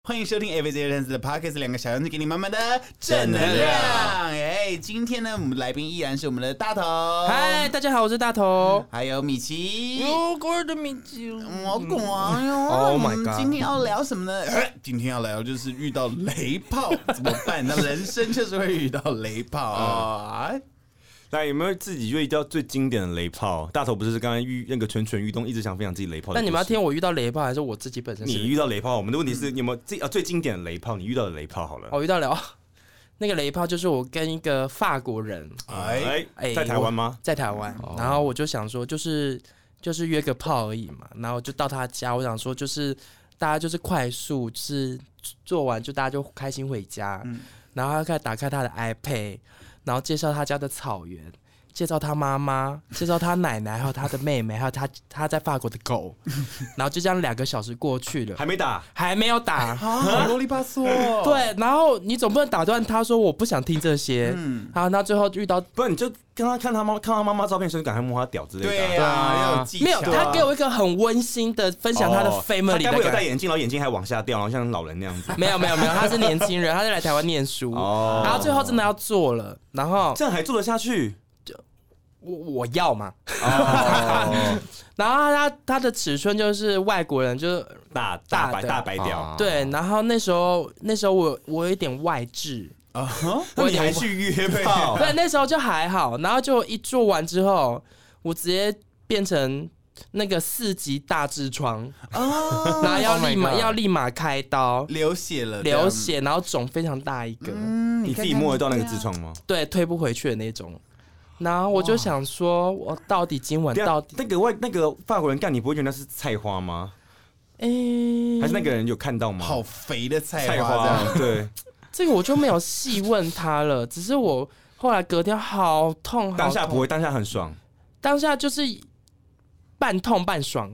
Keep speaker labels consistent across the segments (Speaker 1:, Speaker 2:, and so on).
Speaker 1: 欢迎收听 AVZ 认识的 Podcast， 两个小样子给你满满的正能量。今天呢，我们来宾依然是我们的大头。
Speaker 2: 嗨，大家好，我是大头。
Speaker 1: 还有米奇。
Speaker 2: 有我的米奇。
Speaker 1: 好广哟。
Speaker 2: Oh my god！
Speaker 1: 今天要聊什么呢？今天要聊就是遇到雷炮怎么办？那人生就是会遇到雷炮啊。
Speaker 3: 那有没有自己遇到最经典的雷炮？大头不是刚才那个蠢蠢欲动，一直想分享自己雷炮的故事。
Speaker 2: 那你们要听我遇到雷炮，还是我自己本身？
Speaker 3: 你遇到雷炮，我们的问题是你有没有最经典的雷炮？你遇到的雷炮好了。
Speaker 2: 我遇到了那个雷炮，就是我跟一个法国人，
Speaker 3: 在台湾吗？
Speaker 2: 在台湾，然后我就想说，就是约个炮而已嘛，然后就到他家，我想说就是大家就是快速，就是做完就大家就开心回家，然后他开始打开他的 iPad。然后介绍他家的草原，介绍他妈妈，介绍他奶奶，还有他的妹妹，还有他在法国的狗，然后就这样2个小时过去了，
Speaker 3: 还
Speaker 2: 没有打，
Speaker 1: 好啰里吧嗦。
Speaker 2: 对，然后你总不能打断他说我不想听这些，好，那最后遇到，
Speaker 3: 不然你就跟他看他妈妈照片的时候，赶快摸他屌之类的。
Speaker 1: 对啊，要有技巧。
Speaker 2: 没有，他给我一个很温馨的分享他的 family 的感觉。
Speaker 3: 他该不会有戴眼镜，然后眼睛还往下掉，然后像老人那样子？
Speaker 2: 没有，他是年轻人，他是来台湾念书，然后最后真的要做了，然后
Speaker 3: 这样还做得下去？
Speaker 2: 我要嘛，然后他的尺寸就是外国人，就是大
Speaker 3: 白屌，
Speaker 2: 对，然后那时候我有一点外痔，
Speaker 3: 那你还去约炮？
Speaker 2: 对，那时候就还好，然后就一做完之后，我直接变成那个4级大痔疮，然后要立马开刀，
Speaker 1: 流血，
Speaker 2: 然后肿非常大一个，
Speaker 3: 你自己摸得到那个痔疮吗？
Speaker 2: 对，推不回去的那种。然后我就想说，我到底今晚到底
Speaker 3: 那个法国人干，你不会觉得那是菜花吗？还是那个人有看到吗？
Speaker 1: 好肥的菜花，这样
Speaker 3: 对。
Speaker 2: 这个我就没有细问他了，只是我后来隔天好痛，
Speaker 3: 当下不会，当下很爽，
Speaker 2: 当下就是半痛半爽。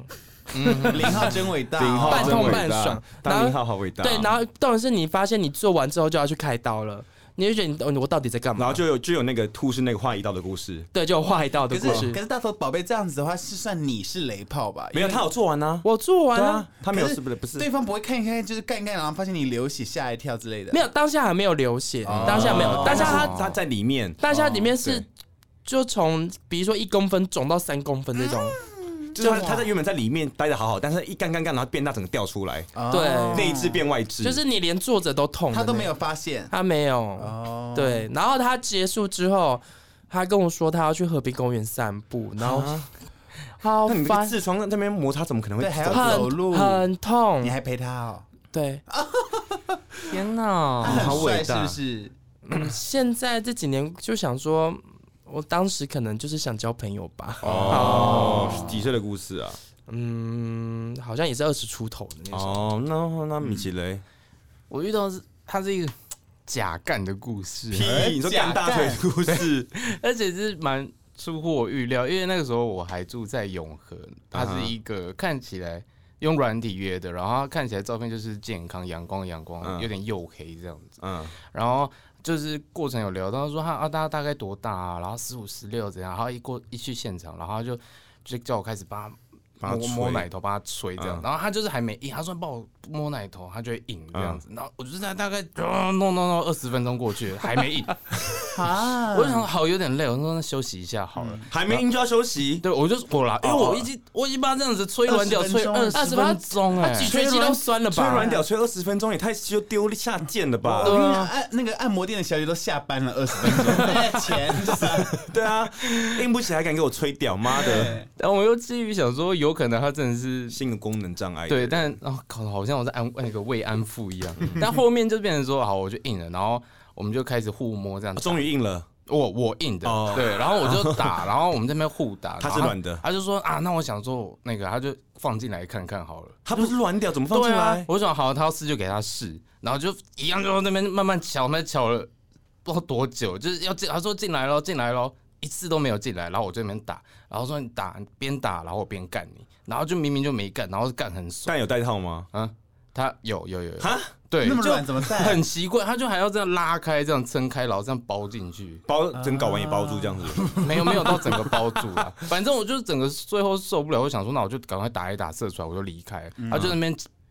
Speaker 1: 0号真伟大，
Speaker 2: 半痛半爽。
Speaker 3: 当0号好伟大。
Speaker 2: 对，然后重点是你发现你做完之后就要去开刀了。你就觉得我到底在干嘛？
Speaker 3: 然后就有那个护士那个划一道的故事，
Speaker 2: 对，就有划一道的故事。
Speaker 1: 可是大头宝贝这样子的话，是算你是雷炮吧？
Speaker 3: 没有，他有做完啊，
Speaker 2: 我做完啊，
Speaker 3: 他没有不是，
Speaker 1: 对方不会看一看，就是干一干，然后发现你流血吓一跳之类的。
Speaker 2: 没有，当下还没有流血，当下没有，当下
Speaker 3: 他在里面，
Speaker 2: 当下里面是就从比如说1公分肿到3公分那种。
Speaker 3: 就是他在原本在里面待得好好，但是一干，然后变大，整个掉出来，
Speaker 2: 对，
Speaker 3: 内痔变外痔，
Speaker 2: 就是你连坐着都痛，
Speaker 1: 他都没有发现，
Speaker 2: 他没有，对，然后他结束之后，他跟我说他要去河滨公园散步，然后好烦，
Speaker 3: 那你痔疮那边摩擦怎么可能会
Speaker 1: 还要走路，
Speaker 2: 很痛，
Speaker 1: 你还陪他哦，
Speaker 2: 对，
Speaker 1: 天哪，好伟大，是不是？
Speaker 2: 现在这几年就想说。我当时可能就是想交朋友吧。
Speaker 3: 几岁的故事啊？
Speaker 2: 好像也是20出头的那种。
Speaker 3: 那米奇雷，
Speaker 4: 我遇到他是一个假干的故事。
Speaker 3: 你说干大腿的故事，
Speaker 4: 而且是蛮出乎我预料，因为那个时候我还住在永和，他是一个看起来用软体约的，然后他看起来照片就是健康、阳光，有点黝黑这样子。然后。就是过程有聊到说他大概多大啊，然后15、16这样，然后一去现场，然后就叫我开始帮他摸奶头，帮他吹这样，然后他就是还没硬，他说帮我摸奶头，他就会硬这样子，然后我就在大概弄20分钟过去了，还没硬我就想好有点累，我说那休息一下好了，
Speaker 3: 还没硬就要休息，
Speaker 4: 对，我就啦，因为我已经把他这样子吹软屌吹20分钟，
Speaker 2: 他脊椎肌都酸了吧？
Speaker 3: 吹软屌吹20分钟也太就丢下贱了吧？
Speaker 1: 对啊，那个按摩店的小姐都下班了20分钟，钱
Speaker 3: 对啊，硬不起来敢给我吹屌，妈的！
Speaker 4: 然后我又基于想说，有可能他真的是
Speaker 3: 性的功能障碍，
Speaker 4: 对，但搞得好像我在那个慰安妇一样，但后面就变成说好，我就硬了，然后我们就开始互摸这样，
Speaker 3: 终于硬了。
Speaker 4: 我硬的，对，然后我就打，然后我们这边互打，
Speaker 3: 他是软的，
Speaker 4: 他就说那我想说那个，他就放进来看看好了，
Speaker 3: 他不是软屌怎么放进来？
Speaker 4: 我想好，他要试就给他试，然后就一样就那边慢慢瞧，了不知道多久，就是他说进来咯，一次都没有进来，然后我这边打，然后说你边打，然后我边干你，然后就明明就没干，然后干很爽。
Speaker 3: 但有戴套吗？
Speaker 4: 他有
Speaker 3: 哈，
Speaker 1: 对，那么软怎么戴？
Speaker 4: 很奇怪，他就还要这样拉开，这样撑开，然后这样包进去，
Speaker 3: 整睾丸也包住这样子。
Speaker 4: 没有到整个包住啊，反正我就整个最后受不了，我想说那我就赶快打一打射出来，我就离开。他就在那边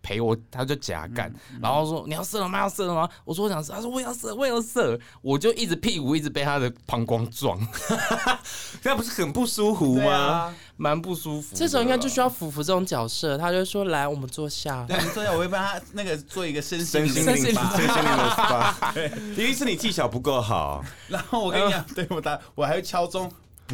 Speaker 4: 陪我，他就假干，然后说你要射了吗？要射了吗？我说我想射，他说我要射，我要射，我就一直屁股一直被他的膀胱撞，
Speaker 3: 这样不是很不舒服吗？
Speaker 4: 蛮不舒服。
Speaker 2: 这时候应该就需要福福这种角色，他就说来，我们坐下。
Speaker 1: 对，我们坐下，我会帮他那个做一个身心灵
Speaker 3: 的 SPA， 因为是你技巧不够好。
Speaker 1: 然后我跟你讲，对我还会敲钟。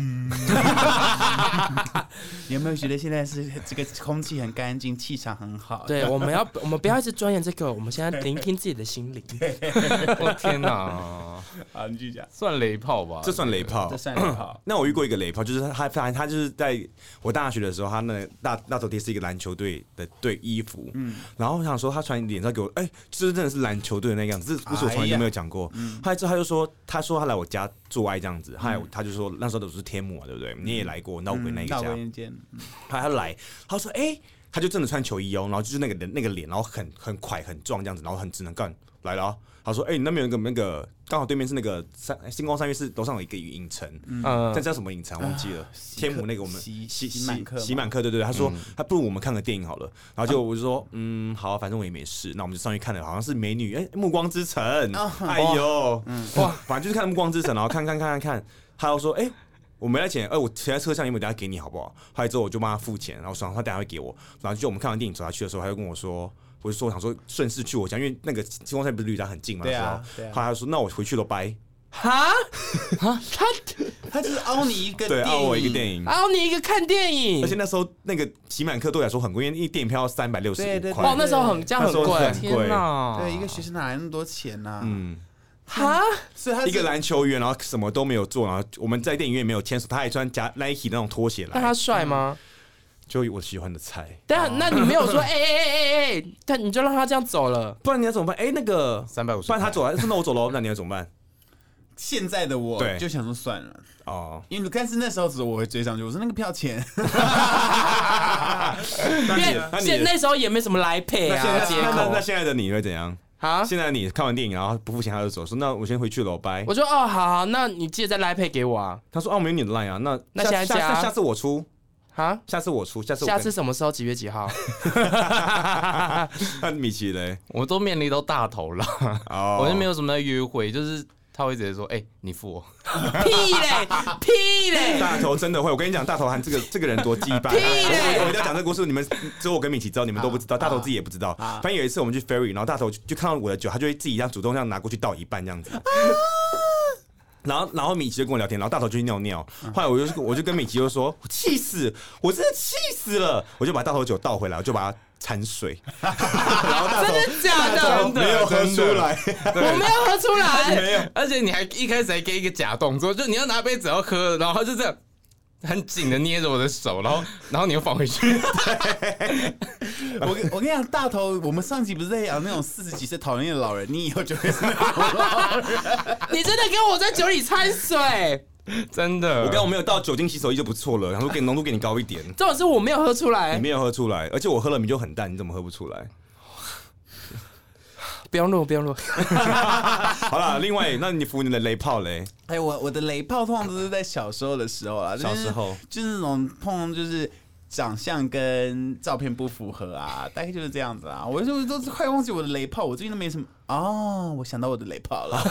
Speaker 1: 有没有觉得现在是这个空气很干净，气场很好？
Speaker 2: 对，我们不要一直钻研这个，我们现在聆听自己的心灵。
Speaker 4: 我天哪！
Speaker 1: 好，你继续讲，
Speaker 4: 算雷炮吧？
Speaker 3: 这算雷炮，
Speaker 1: 这算雷炮。
Speaker 3: 那我遇过一个雷炮，就是他就是在我大学的时候，他那大头贴是一个篮球队的衣服，然后我想说他传脸照给我，这真的是篮球队的那个样子，这不是我从来就没有讲过。后来之后他就说，他来我家做爱这样子，他就说那时候都是天母嘛，对不对？你也来过闹鬼那个家，他来，他说他就真的穿球衣哦，然后就是那个脸，然后很快很壮这样子，然后很直能干来了。他说：“你那边有那个刚好对面是那个星光三月是楼上有一个影城，这叫什么影城忘记了？天母那个我们喜满客，对。他说他不如我们看个电影好了。然后就我就说好，反正我也没事，那我们就上去看了，好像是美女暮光之城，哎呦哇，反正就是看暮光之城，然后看，他又说我没来钱，我停在车上，有没有等下给你好不好？后来之后我就帮他付钱，然后他等下会给我。然后就我们看完电影走下去的时候，他就跟我说。”我就说，我想说顺势去我家，因为那个星光山不是离家很近嘛。对啊。后来他说，那我回去了，拜。
Speaker 2: 哈，
Speaker 1: 他就是凹你一个
Speaker 3: 对，凹我一个电影，
Speaker 2: 凹你一个看电影。
Speaker 3: 而且那时候那个喜满客对我来说很贵，因为电影票要365块。
Speaker 2: 哦，那时候这样很贵，
Speaker 3: 天
Speaker 2: 哪！
Speaker 1: 对，一个学生哪来那么多钱呢？
Speaker 2: 哈，
Speaker 1: 所以他
Speaker 3: 一个篮球员，然后什么都没有做，然后我们在电影院没有牵手，他还穿Nike 那种拖鞋来。
Speaker 2: 那他帅吗？
Speaker 3: 就我喜欢的菜，
Speaker 2: 但那你没有说但你就让他这样走了，
Speaker 3: 不然你要怎么办？那个
Speaker 4: 350，
Speaker 3: 不然他走了，那我走了，那你要怎么办？
Speaker 1: 现在的我就想说算了
Speaker 3: 哦，
Speaker 1: 因为但是那时候我会追上去，我说那个票钱，
Speaker 2: 那时候也没什么来配啊。
Speaker 3: 那现在的你会怎样？啊！现在你看完电影，然后不付钱他就走，说那我先回去了，拜。
Speaker 2: 我说好，那你记得再来配给我啊。
Speaker 3: 他说我没有你的 line 啊，那
Speaker 2: 现在
Speaker 3: 下次我出。下次
Speaker 2: 什么时候？几月几号？
Speaker 3: 那米奇嘞，
Speaker 4: 我都面临到大头了，我就没有什么约会，就是他会直接说：“你付我。”
Speaker 2: 屁嘞！
Speaker 3: 大头真的会，我跟你讲，大头汉这个人多鸡掰。我一定要讲这个故事，你们只有我跟米奇知道，你们都不知道，大头自己也不知道。反正有一次我们去 ferry， 然后大头就看到我的酒，他就会自己这样主动这样拿过去倒一半这样子。然后米奇就跟我聊天，然后大头就去尿尿。后来我就跟米奇就说：“我气死，我真的气死了！”我就把大头酒倒回来，我就把它掺水。然后大头
Speaker 2: 真的假的？
Speaker 3: 没有喝出来，
Speaker 2: 我没有喝出来，
Speaker 4: 没有。而且你还一开始还给一个假动作，就你要拿杯子要喝，然后就这样。很紧的捏着我的手，然后你又放回去。
Speaker 1: 我跟你讲，大头，我们上集不是在讲那种40几岁讨厌的老人，你以后就会是那种老人。
Speaker 2: 你真的给我在酒里掺水，
Speaker 4: 真的。
Speaker 3: 我没有倒酒精洗手液就不错了，然后浓度给你高一点。
Speaker 2: 这种是我没有喝出来，
Speaker 3: 你没有喝出来，而且我喝了米酒很淡，你怎么喝不出来？
Speaker 2: 不用录。
Speaker 3: 好了，另外，那你服你的雷炮嘞？
Speaker 1: 我的雷炮通常都是在小时候的时候啦，
Speaker 3: 小时候
Speaker 1: 就是那种碰就是长相跟照片不符合啊，大概就是这样子啊。我就都快忘记我的雷炮，我最近都没什么我想到我的雷炮了。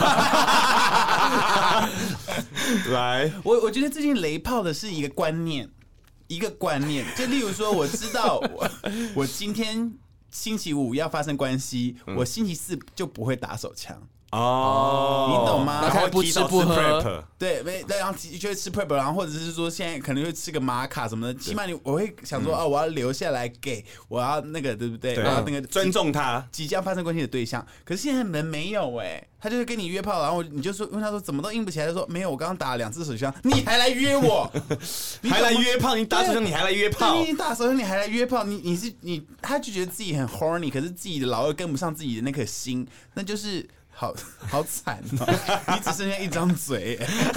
Speaker 3: 来，
Speaker 1: 我觉得最近雷炮的是一个观念，就例如说，我知道我今天。星期5要发生关系，我星期4就不会打手枪。你懂吗？
Speaker 2: 然后不吃不喝，
Speaker 1: 对，然后就会吃 prep， 然后或者是说现在可能会吃个玛卡什么的，起码我会想说我要留下来给我要那个对不对？然后那个
Speaker 3: 尊重他
Speaker 1: 即将发生关系的对象。可是现在人没有他就是跟你约炮，然后你就说问他说怎么都硬不起来，他说没有，我刚刚打了2次手枪，你还来约我，
Speaker 3: 还来约炮？你打手枪你还来约炮？
Speaker 1: 你打手枪你还来约炮？你他就觉得自己很 horny， 可是自己的老二跟不上自己的那颗心，那就是。好惨哦！你只剩下一张嘴，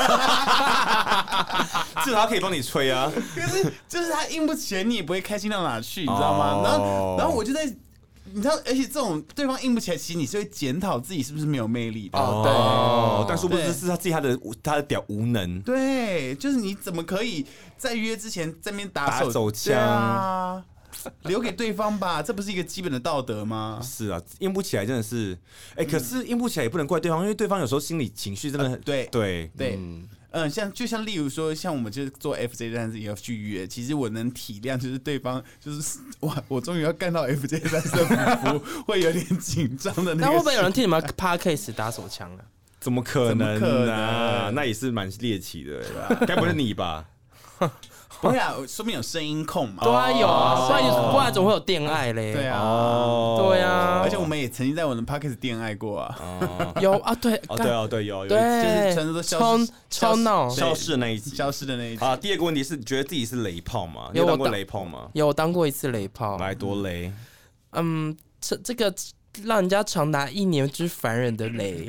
Speaker 3: 至少他可以帮你吹啊。
Speaker 1: 可是就是他硬不起来，你也不会开心到哪去，你知道吗？然后我就在，你知道，而且这种对方硬不起来，其实你是会检讨自己是不是没有魅力的。
Speaker 2: 对，
Speaker 3: 但殊不知是他自己他的屌无能。
Speaker 1: 对，就是你怎么可以在约之前在那边打手
Speaker 3: 枪？
Speaker 1: 留给对方吧，这不是一个基本的道德吗？
Speaker 3: 是啊，硬不起来真的是，可是硬不起来也不能怪对方，因为对方有时候心理情绪真的很
Speaker 1: 对
Speaker 3: 对。
Speaker 1: 像例如说，像我们就是做 FJ 但是也要续约，其实我能体谅，就是对方就是哇，我终于要干到 FJ 但是的服会有点紧张的那个。
Speaker 2: 那会不会有人替你们 Podcast 打手枪啊？
Speaker 3: 怎么可能
Speaker 1: 怎么可
Speaker 3: 啊？
Speaker 1: 能
Speaker 3: 那也是蛮猎奇的，该不是你吧？
Speaker 1: 不会啊，说明有声音控嘛。
Speaker 2: 对啊，有啊，不然怎么会有恋爱嘞？
Speaker 1: 对啊，
Speaker 2: 对啊，
Speaker 1: 而且我们也曾经在我的 Podcast 恋爱过啊。
Speaker 2: 有啊，对，
Speaker 3: 对，有，
Speaker 2: 对，
Speaker 1: 就是全都
Speaker 2: 超闹
Speaker 3: 消失的那一集，
Speaker 1: 消失的那一集
Speaker 3: 啊。第二个问题是，觉得自己是雷炮吗？你有当过雷炮吗？
Speaker 2: 有当过一次雷炮，
Speaker 3: 来多雷？
Speaker 2: 这个让人家长达1年之烦人的雷，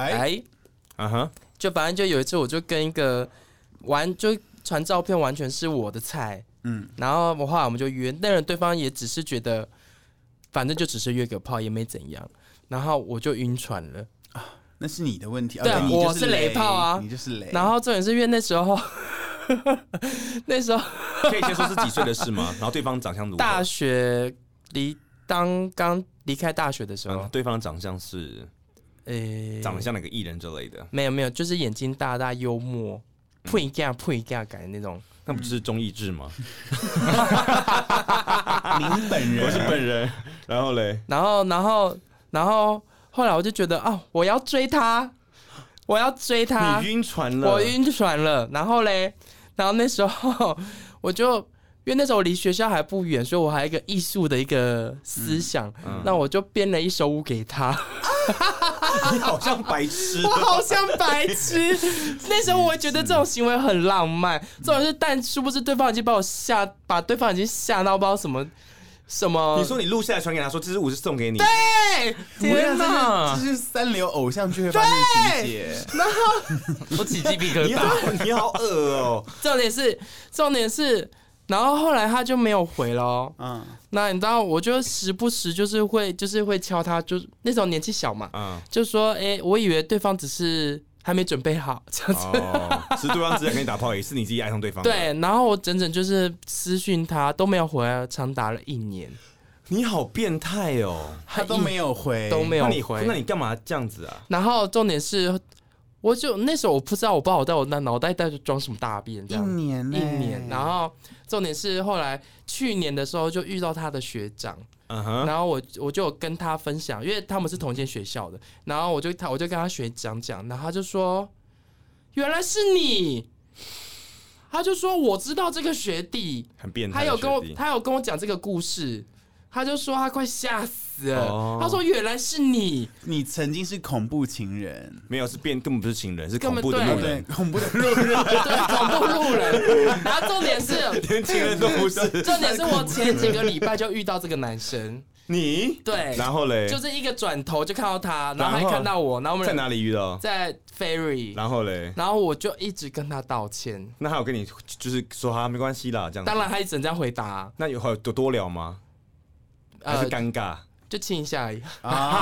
Speaker 2: 就反正就有一次，我就跟一个就传照片，完全是我的菜，然后后来我们就约，但是对方也只是觉得，反正就只是约个炮，也没怎样，然后我就晕船了。
Speaker 1: 那是你的问题，
Speaker 2: 对，我是雷炮啊，
Speaker 1: 你就是雷。
Speaker 2: 然后重点是因为那时候
Speaker 3: 可以先说是几岁的事吗？然后对方长相如何？
Speaker 2: 大学刚离开大学的时候，
Speaker 3: 对方长相是，长得像哪个艺人之类的？
Speaker 2: 没有，就是眼睛大大，幽默，配架感的那种。
Speaker 3: 那不就是钟意志吗？
Speaker 1: 您本人，
Speaker 3: 我是本人。然后嘞，
Speaker 2: 然后后来我就觉得我要追他。
Speaker 3: 你晕船了，
Speaker 2: 我晕船了。然后那时候我就因为那时候离学校还不远，所以我还有一个艺术的一个思想，那我就编了一首舞给他。
Speaker 3: 你好像白痴，
Speaker 2: 我好像白痴。那时候我会觉得这种行为很浪漫，重点是，但殊不知对方已经把对方已经吓到不知道什么。
Speaker 3: 你说你录下来传给他说，这支舞是送给你。
Speaker 2: 对，天哪，
Speaker 1: 这是三流偶像剧会发生的情节。
Speaker 2: 然后
Speaker 4: 我起鸡皮疙瘩，
Speaker 3: 你好恶哦。
Speaker 2: 重点是，然后后来他就没有回了。那你知道，我就时不时就是会敲他，就那时候年纪小嘛，就说我以为对方只是还没准备好这样子。
Speaker 3: 是对方只想跟你打炮，也是你自己爱上对方。
Speaker 2: 对，然后我整整就是私讯他都没有回来，长达了1年。
Speaker 3: 你好变态哦，
Speaker 1: 他都没有回，
Speaker 3: 那你干嘛这样子啊？
Speaker 2: 然后重点是，我就那时候我不知道我在我那脑袋在装什么大便这样。
Speaker 1: 1
Speaker 2: 年，然后重点是后来去年的时候就遇到他的学长。然后我就有跟他分享，因为他们是同一间学校的，然后我就跟他学长讲，然后他就说原来是你，他就说我知道这个学弟，
Speaker 3: 很变态，
Speaker 2: 他有跟我讲这个故事，他就说他快吓死了，他说原来是你
Speaker 1: 曾经是恐怖情人，
Speaker 3: 没有根本不是情人，是恐怖的路人，
Speaker 1: 恐怖的路人，
Speaker 2: 对，恐怖路人。然后重点是
Speaker 3: 连情人都不是，
Speaker 2: 重点是我前几个礼拜就遇到这个男生。
Speaker 3: 你
Speaker 2: 对，
Speaker 3: 然后嘞，
Speaker 2: 就是一个转头就看到他，然后还看到我，然后我们
Speaker 3: 在哪里遇到？
Speaker 2: 在 ferry。
Speaker 3: 然后嘞，
Speaker 2: 然后我就一直跟他道歉。
Speaker 3: 那他有跟你就是说没关系啦，这样子？
Speaker 2: 当然他一直这样回答。
Speaker 3: 那有多聊吗？还是尴尬？
Speaker 2: 就亲一下而已。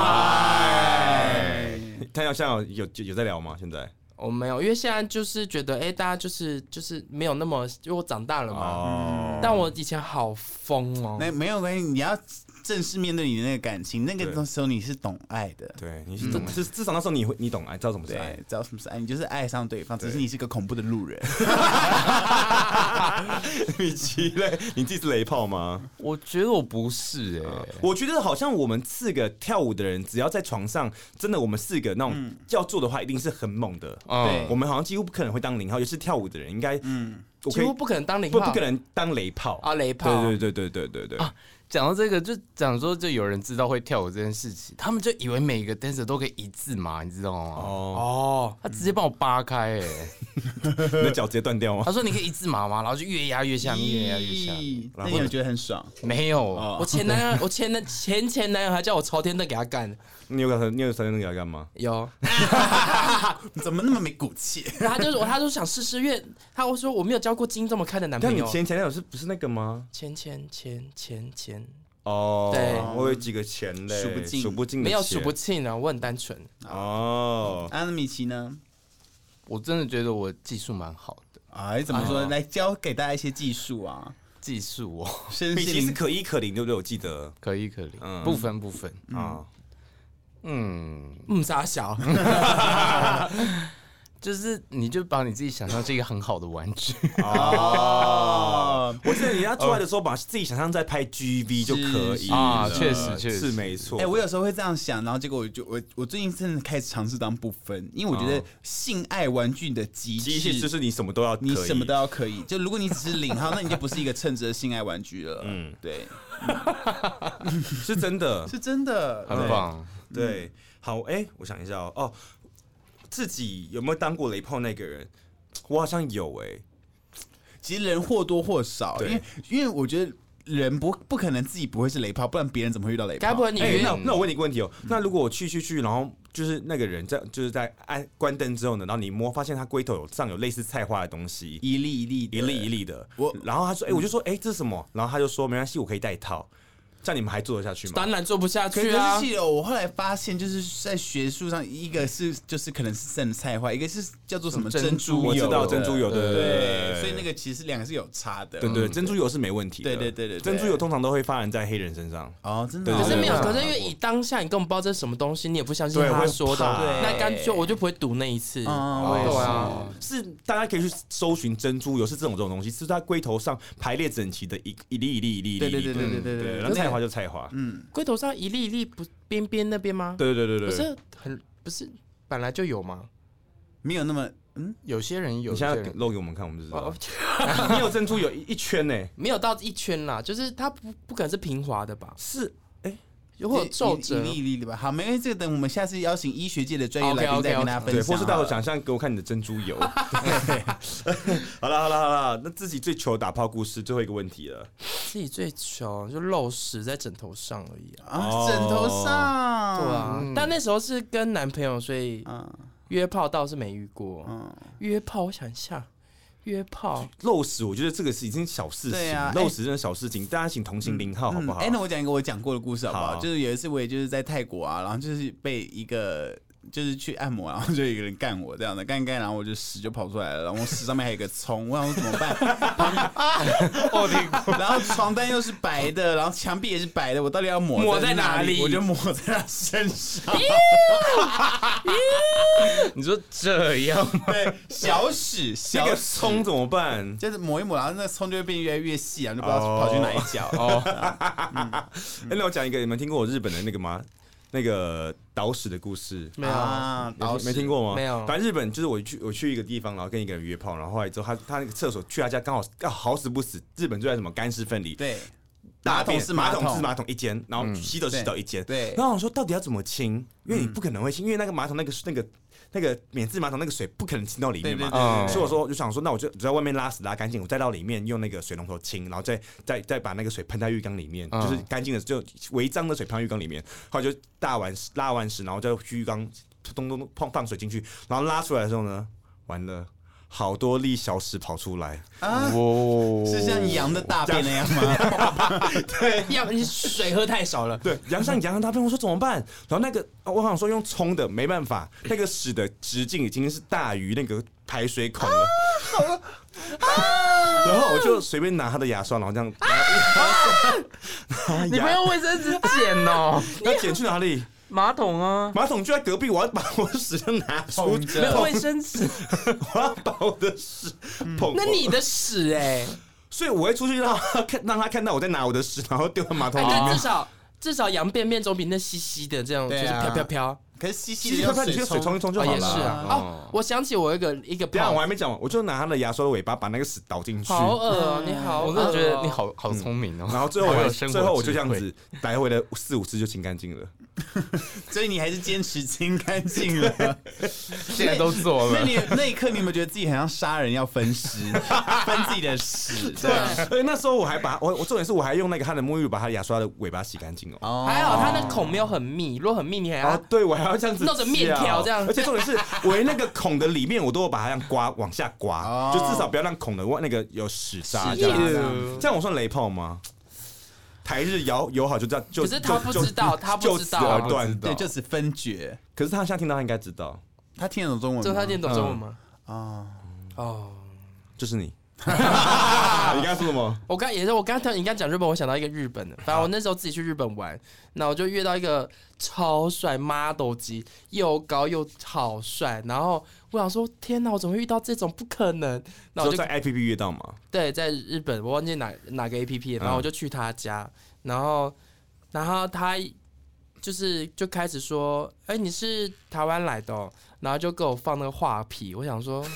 Speaker 3: 他好像有在聊吗？现在？
Speaker 2: 我没有，因为现在就是觉得，大家就是没有那么，因为我长大了嘛。但我以前好疯哦。
Speaker 1: 没有关系，你要正式面对你的那个感情，那个时候你是懂爱的。
Speaker 3: 对，你是懂爱，至少那时候你懂爱，知道什么是爱，
Speaker 1: 知道什么是爱，你就是爱上对方，只是你是个恐怖的路人。
Speaker 3: 米奇嘞，你自己是雷炮吗？
Speaker 4: 我觉得我不是
Speaker 3: 我觉得好像我们4个跳舞的人，只要在床上，真的我们4个那种要做的话，一定是很猛的。对，我们好像几乎不可能会当0号，尤其是跳舞的人，应该
Speaker 2: 几乎不可能当0号，
Speaker 3: 不可能当雷炮
Speaker 2: 啊，雷炮。
Speaker 3: 对。
Speaker 4: 讲到这个，就讲说，就有人知道会跳舞这件事情，他们就以为每个 dancer 都可以一字马，你知道吗？他直接帮我扒开，
Speaker 3: 你的脚直接断掉吗？
Speaker 4: 他说你可以一字马吗？然后就越压越下面，越压越下。
Speaker 1: 那你有觉得很爽？
Speaker 4: 没有，
Speaker 2: 我前男友还叫我朝天凳给他干。
Speaker 3: 你有朝天凳给他干吗？
Speaker 2: 有。
Speaker 1: 怎么那么没骨气？
Speaker 2: 然后他就想试试，因为他说我没有交过筋这么开的男朋友。
Speaker 3: 那你前男友不是那个吗？
Speaker 2: 前。
Speaker 3: 哦，
Speaker 2: 对，
Speaker 3: 我有几个钱嘞，数不尽，
Speaker 2: 没有数不尽啊，我很单纯。
Speaker 1: 那米奇呢？
Speaker 4: 我真的觉得我技术蛮好的。
Speaker 1: 怎么说？来教给大家一些技术啊。
Speaker 4: 技术哦，
Speaker 3: 比奇是
Speaker 1: 身心灵
Speaker 3: 可一可零，对不对？我记得
Speaker 4: 可以，部分
Speaker 3: 啊，
Speaker 2: 傻小，
Speaker 4: 就是你就把你自己想象是一个很好的玩具
Speaker 1: 哦，
Speaker 3: 我记得你要做爱的时候，把自己想象在拍 GV 就可以
Speaker 4: 啊，
Speaker 3: 了
Speaker 4: 确实
Speaker 3: 是没错。
Speaker 1: 哎，我有时候会这样想，然后结果我最近真的开始尝试当不分，因为我觉得性爱玩具的极
Speaker 3: 机器
Speaker 1: 致
Speaker 3: 就是你什么都要可以，
Speaker 1: 你什么都要可以。就如果你只是0号，那你就不是一个称职的性爱玩具了。对，
Speaker 3: 是真的，
Speaker 1: 是真的，
Speaker 4: 很棒。
Speaker 3: 对。好，我想一下哦，自己有没有当过雷炮那个人？我好像有
Speaker 1: 其实人或多或少，
Speaker 3: 对
Speaker 1: 因为我觉得人不可能自己不会是雷炮，不然别人怎么会遇到雷炮？
Speaker 2: 该不会你约
Speaker 3: 那我问你一个问题哦，那如果我去，然后就是那个人就是在关灯之后呢，然后你发现他龟头上有类似菜花的东西，
Speaker 1: 一粒
Speaker 3: 一粒的，然后他说，我就说，这是什么？然后他就说没关系，我可以带套。这样你们还做得下去吗？
Speaker 2: 当然做不下
Speaker 1: 可
Speaker 2: 去啊！
Speaker 1: 是我后来发现，就是在学术上，一个是就是可能是剩菜花，一个是叫做什么珍珠油，
Speaker 3: 我知道珍珠油，
Speaker 1: 对，所以那个其实两个是有差的。
Speaker 3: 对，珍珠油是没问题的。
Speaker 1: 对，
Speaker 3: 珍珠油通常都会发生在黑人身上。
Speaker 1: 哦，真的。
Speaker 2: 可是没有，可是因为以当下你根本不知道这是什么东西，你也不相信他说的，那干脆我就不会赌那一次。
Speaker 3: 对啊，是大家可以去搜寻珍珠油，是这种东西，是在龟头上排列整齐的一粒。
Speaker 1: 对，
Speaker 3: 然后菜花就菜花。
Speaker 2: 龟头上一粒一粒不边边那边吗？
Speaker 3: 对，
Speaker 2: 不是本来就有吗？
Speaker 1: 没有那么
Speaker 4: 有些人有，
Speaker 3: 你现在露给我们看，我们就知道。
Speaker 2: 哦
Speaker 3: 你有珍珠有一圈呢？
Speaker 2: 没有到一圈啦，就是它不可能是平滑的吧？
Speaker 3: 是，
Speaker 2: 会有皱褶
Speaker 1: 一粒吧。好，没关系，这个等我们下次邀请医学界的专业来宾再跟大家分享。
Speaker 3: 对，或是待会想象给我看你的珍珠油。好了，那自己最糗的打炮故事，最后一个问题了。
Speaker 2: 自己最糗就漏屎在枕头上而已
Speaker 1: 枕头上。
Speaker 2: 对啊，但那时候是跟男朋友，所以约炮倒是没遇过。约炮，我想一下。约炮
Speaker 3: 漏屎，我觉得这个是已经小事情，漏屎真的小事情，大家请同情0号好不好？
Speaker 1: 那我讲一个我讲过的故事好不好？就是有一次我也就是在泰国啊，然后就是被一个就是去按摩，然后就有一个人干我这样的干，然后我就屎就跑出来了，然后我屎上面还有一个葱，我想说怎么办？然后床单又是白的，然后墙壁也是白的，我到底要抹在哪里？我就抹在他身上。
Speaker 4: 你说这样吗？
Speaker 1: 对，小屎，
Speaker 3: 那个葱怎么办？
Speaker 1: 就是抹一抹，然后那个葱就会变越来越细啊，就不知道跑去哪一角。
Speaker 3: 那我讲一个，你们听过我日本的那个吗？那个倒屎的故事
Speaker 2: 没有啊？
Speaker 3: 没听过吗？
Speaker 2: 没有。
Speaker 3: 反正日本就是我去一个地方，然后跟一个人约炮，然后后来之后他那个厕所去他家刚好好死不死，日本就在什么干湿分离，
Speaker 1: 对，
Speaker 3: 马桶是马桶一间，然后洗手一间，
Speaker 1: 对。
Speaker 3: 然后我说到底要怎么清？因为你不可能会清，因为那个马桶那个免治马桶那个水不可能清到里面嘛，所以我就想说，那我就在外面拉屎拉干净，我再到里面用那个水龙头清，然后再把那个水喷在浴缸里面，就是干净的就微脏的水喷到浴缸里面，后来就拉完屎，然后再去浴缸咚放水进去，然后拉出来的时候呢，完了。好多粒小屎跑出来
Speaker 1: 啊！是像羊的大便那样吗？
Speaker 3: 对，
Speaker 2: 你水喝太少了。
Speaker 3: 对，羊的大便，我说怎么办？然后那个我想说用冲的，没办法，那个屎的直径已经是大于那个排水孔了。然后我就随便拿他的牙刷，然后这样。
Speaker 4: 你不用卫生纸剪哦？
Speaker 3: 要剪去哪里？
Speaker 4: 马桶啊，
Speaker 3: 马桶就在隔壁，我要把我的屎拿出，
Speaker 2: 没有卫生纸，
Speaker 3: 我要把我的屎捧。
Speaker 2: 那你的屎
Speaker 3: 所以我会出去让他看到我在拿我的屎，然后丢到马桶里面。
Speaker 2: 至少羊便便总比那稀稀的这样就是飘飘。
Speaker 1: 可是稀稀
Speaker 3: 的你就水冲一冲就好了。
Speaker 2: 也是啊。我想起我一个
Speaker 3: 泡，我还没讲完，我就拿他的牙刷的尾巴把那个屎倒进去。
Speaker 2: 好恶你好，
Speaker 4: 我真的觉得你好聪明哦。
Speaker 3: 然后最后我就这样子来回了4-5次就清干净了。
Speaker 1: 所以你还是坚持清干净了，
Speaker 4: 现在都做了。
Speaker 1: 那一刻你有没有觉得自己很像杀人要分尸，分自己的屎？对。
Speaker 3: 而且那时候我还我重点是我还用那个他的沐浴乳把他牙刷的尾巴洗干净哦。
Speaker 2: 还好他那孔没有很密，如果很密你还要
Speaker 3: 对我还要这样子
Speaker 2: 弄成面条这样。
Speaker 3: 而且重点是我连那个孔的里面我都有把它这样往下刮，就至少不要让孔的那个有屎渣这样我算雷炮吗？台日友好就这样，
Speaker 2: 可是他不知道，
Speaker 3: 就此而断，
Speaker 1: 对，就此分绝。
Speaker 3: 可是他现在听到，他应该知道，
Speaker 1: 他听得懂中文吗？
Speaker 2: 他听得懂中文吗？
Speaker 1: 哦，
Speaker 3: 就是你， 你刚刚说什么？
Speaker 2: 我刚你刚讲日本，我想到一个日本的，反正我那时候自己去日本玩，那我就遇到一个超帅 model 级，又高又好帅，然后我想说天哪，我怎么会遇到这种？不可能！那我就
Speaker 3: 在 APP 约到吗？
Speaker 2: 对，在日本，我忘记哪个 APP， 然后我就去他家，然后他就开始说，哎，你是台湾来的哦，然后就给我放那个画皮，我想说。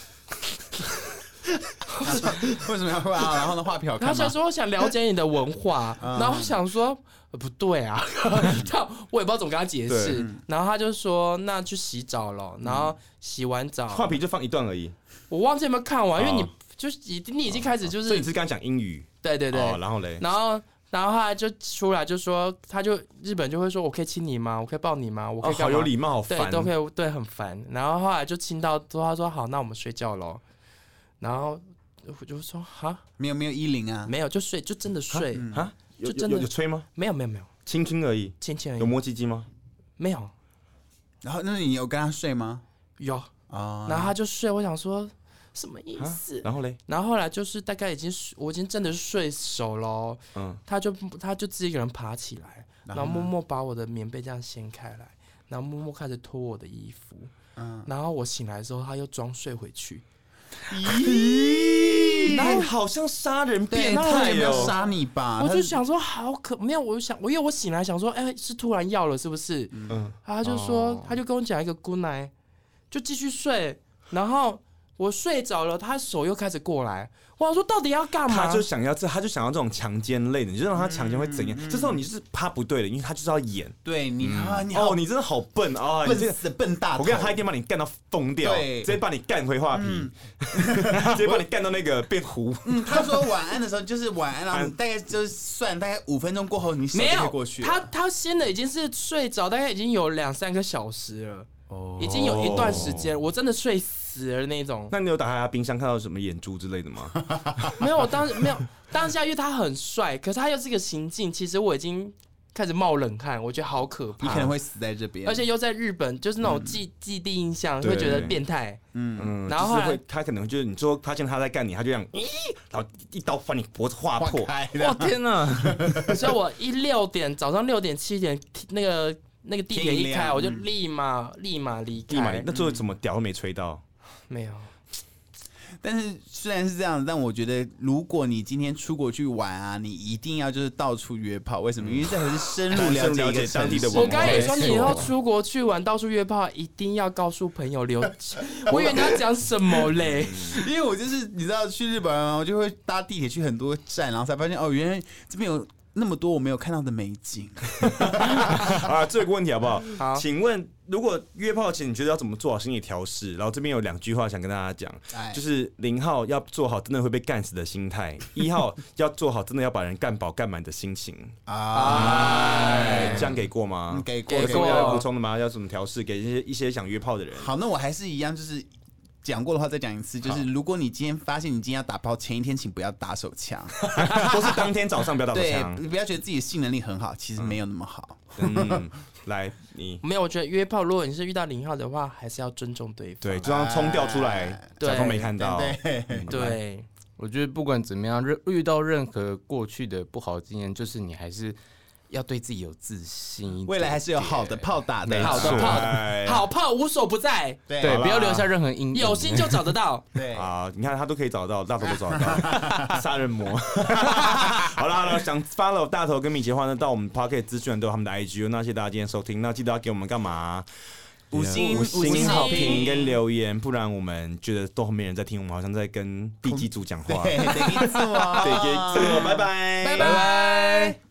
Speaker 1: 为什么要画？然后呢，画皮好看吗？
Speaker 2: 他想说我想了解你的文化，然后我想说不对啊，我也不知道怎么跟他解释。然后他就说那去洗澡了，然后洗完澡，
Speaker 3: 画皮就放一段而已。
Speaker 2: 我忘记有没有看完，因为你已经开始就是，
Speaker 3: 所以你是跟他讲英语，
Speaker 2: 对，
Speaker 3: 然后嘞，
Speaker 2: 然后后来就出来就说，日本就会说我可以亲你吗？我可以抱你吗？我可以干嘛？
Speaker 3: 好有礼貌，好烦，
Speaker 2: 对，都可以，对，很烦。然后后来就亲到，他说好，那我们睡觉咯。然后我就说哈，
Speaker 1: 没有10啊，
Speaker 2: 没有就睡，就真的睡
Speaker 3: 啊，
Speaker 2: 就真的
Speaker 3: 有吹吗？
Speaker 2: 没有，
Speaker 3: 亲而已，
Speaker 2: 亲而已。
Speaker 3: 有摸鸡鸡吗？
Speaker 2: 没有。
Speaker 1: 然后那你有跟他睡吗？
Speaker 2: 有啊，然后他就睡，我想说什么意思？
Speaker 3: 然后嘞，
Speaker 2: 然后后来就是大概我已经真的是睡熟了，他就自己一个人爬起来，然后默默把我的棉被这样掀开来，然后默默开始脱我的衣服，然后我醒来之后，他又装睡回去。
Speaker 3: 咦，然后好像杀人变态
Speaker 1: 哦！要杀你吧？
Speaker 2: 我就想说没有，因为我醒来想说，哎，是突然要了是不是？他就说，他就跟我讲一个 good night， 就继续睡，然后我睡着了，他手又开始过来，我想说到底要干嘛？
Speaker 3: 他就想要这种强奸类的，你就让他强奸会怎样？这时候你就是他不对了，因为他就是要演。
Speaker 1: 对你
Speaker 3: 你真的好笨啊！
Speaker 1: 笨死笨大头！
Speaker 3: 我跟你讲，他一定把你干到疯掉，直接把你干回画皮，直接把你干到那个变糊。
Speaker 1: 他说晚安的时候就是晚安，然后大概就是算大概5分钟过后，你手就可以过去了。
Speaker 2: 他先的已经是睡着，大概已经有2-3个小时了。已经有一段时间，我真的睡死了那种。
Speaker 3: 那你有打开他冰箱看到什么眼珠之类的吗？
Speaker 2: 没有，当下因为他很帅，可是他又是一个行径，其实我已经开始冒冷汗，我觉得好可怕。
Speaker 1: 你可能会死在这边，
Speaker 2: 而且又在日本，就是那种既定印象，会觉得变态。然后后来
Speaker 3: 他可能就是你说发现他在干你，他就这样，然后一刀把你脖子划破。
Speaker 2: 我天哪！所以我早上6点7点那个地铁一开，我就立马离开。
Speaker 3: 那最后怎么屌都没吹到？
Speaker 2: 没有。
Speaker 1: 但是虽然是这样，但我觉得如果你今天出国去玩啊，你一定要就是到处约炮。为什么？因为这才是深入了解一个当地的文化。
Speaker 2: 我刚才也说，你以后出国去玩，到处约炮，一定要告诉朋友我以为你要讲什么嘞？
Speaker 1: 因为我就是你知道去日本啊，我就会搭地铁去很多站，然后才发现原来这边有那么多我没有看到的美景。
Speaker 3: 这有个问题好不好？
Speaker 2: 好，
Speaker 3: 请问如果约炮前你觉得要怎么做好心理调试？然后这边有2句话想跟大家讲，就是0号要做好真的会被干死的心态，1号要做好真的要把人干饱干满的心情。这样给过吗？
Speaker 1: 给过。
Speaker 3: 要补充的吗？要怎么调试给一些想约炮的人？
Speaker 1: 好，那我还是一样，就是讲过的话再讲一次，就是如果你今天发现你今天要打炮，前一天请不要打手枪，
Speaker 3: 都是当天早上不要打手枪。
Speaker 1: 对，不要觉得自己的性能力很好，其实没有那么好。
Speaker 3: 来，你
Speaker 2: 没有，我觉得约炮，如果你是遇到0号的话，还是要尊重对方。
Speaker 3: 对，就让冲掉出来，假装没看到。
Speaker 2: 对，
Speaker 4: 我觉得不管怎么样，遇到任何过去的不好经验，就是你还是要对自己有自信，
Speaker 1: 未来还是有好的炮打的，
Speaker 2: 好炮无所不在，
Speaker 4: 对，不要留下任何阴影，
Speaker 2: 有心就找得到。
Speaker 1: 对
Speaker 3: 啊，你看他都可以找到，大头都找得到，杀人魔。好了，想 follow 大头跟米奇的话呢，到我们 Podcast 资讯都有他们的 IG， 那谢谢大家今天收听，那记得要给我们干嘛？5星好评跟留言，不然我们觉得都没人在听，我们好像在跟地基组讲话。
Speaker 1: 对，得给做，
Speaker 3: 拜拜，
Speaker 2: 拜拜。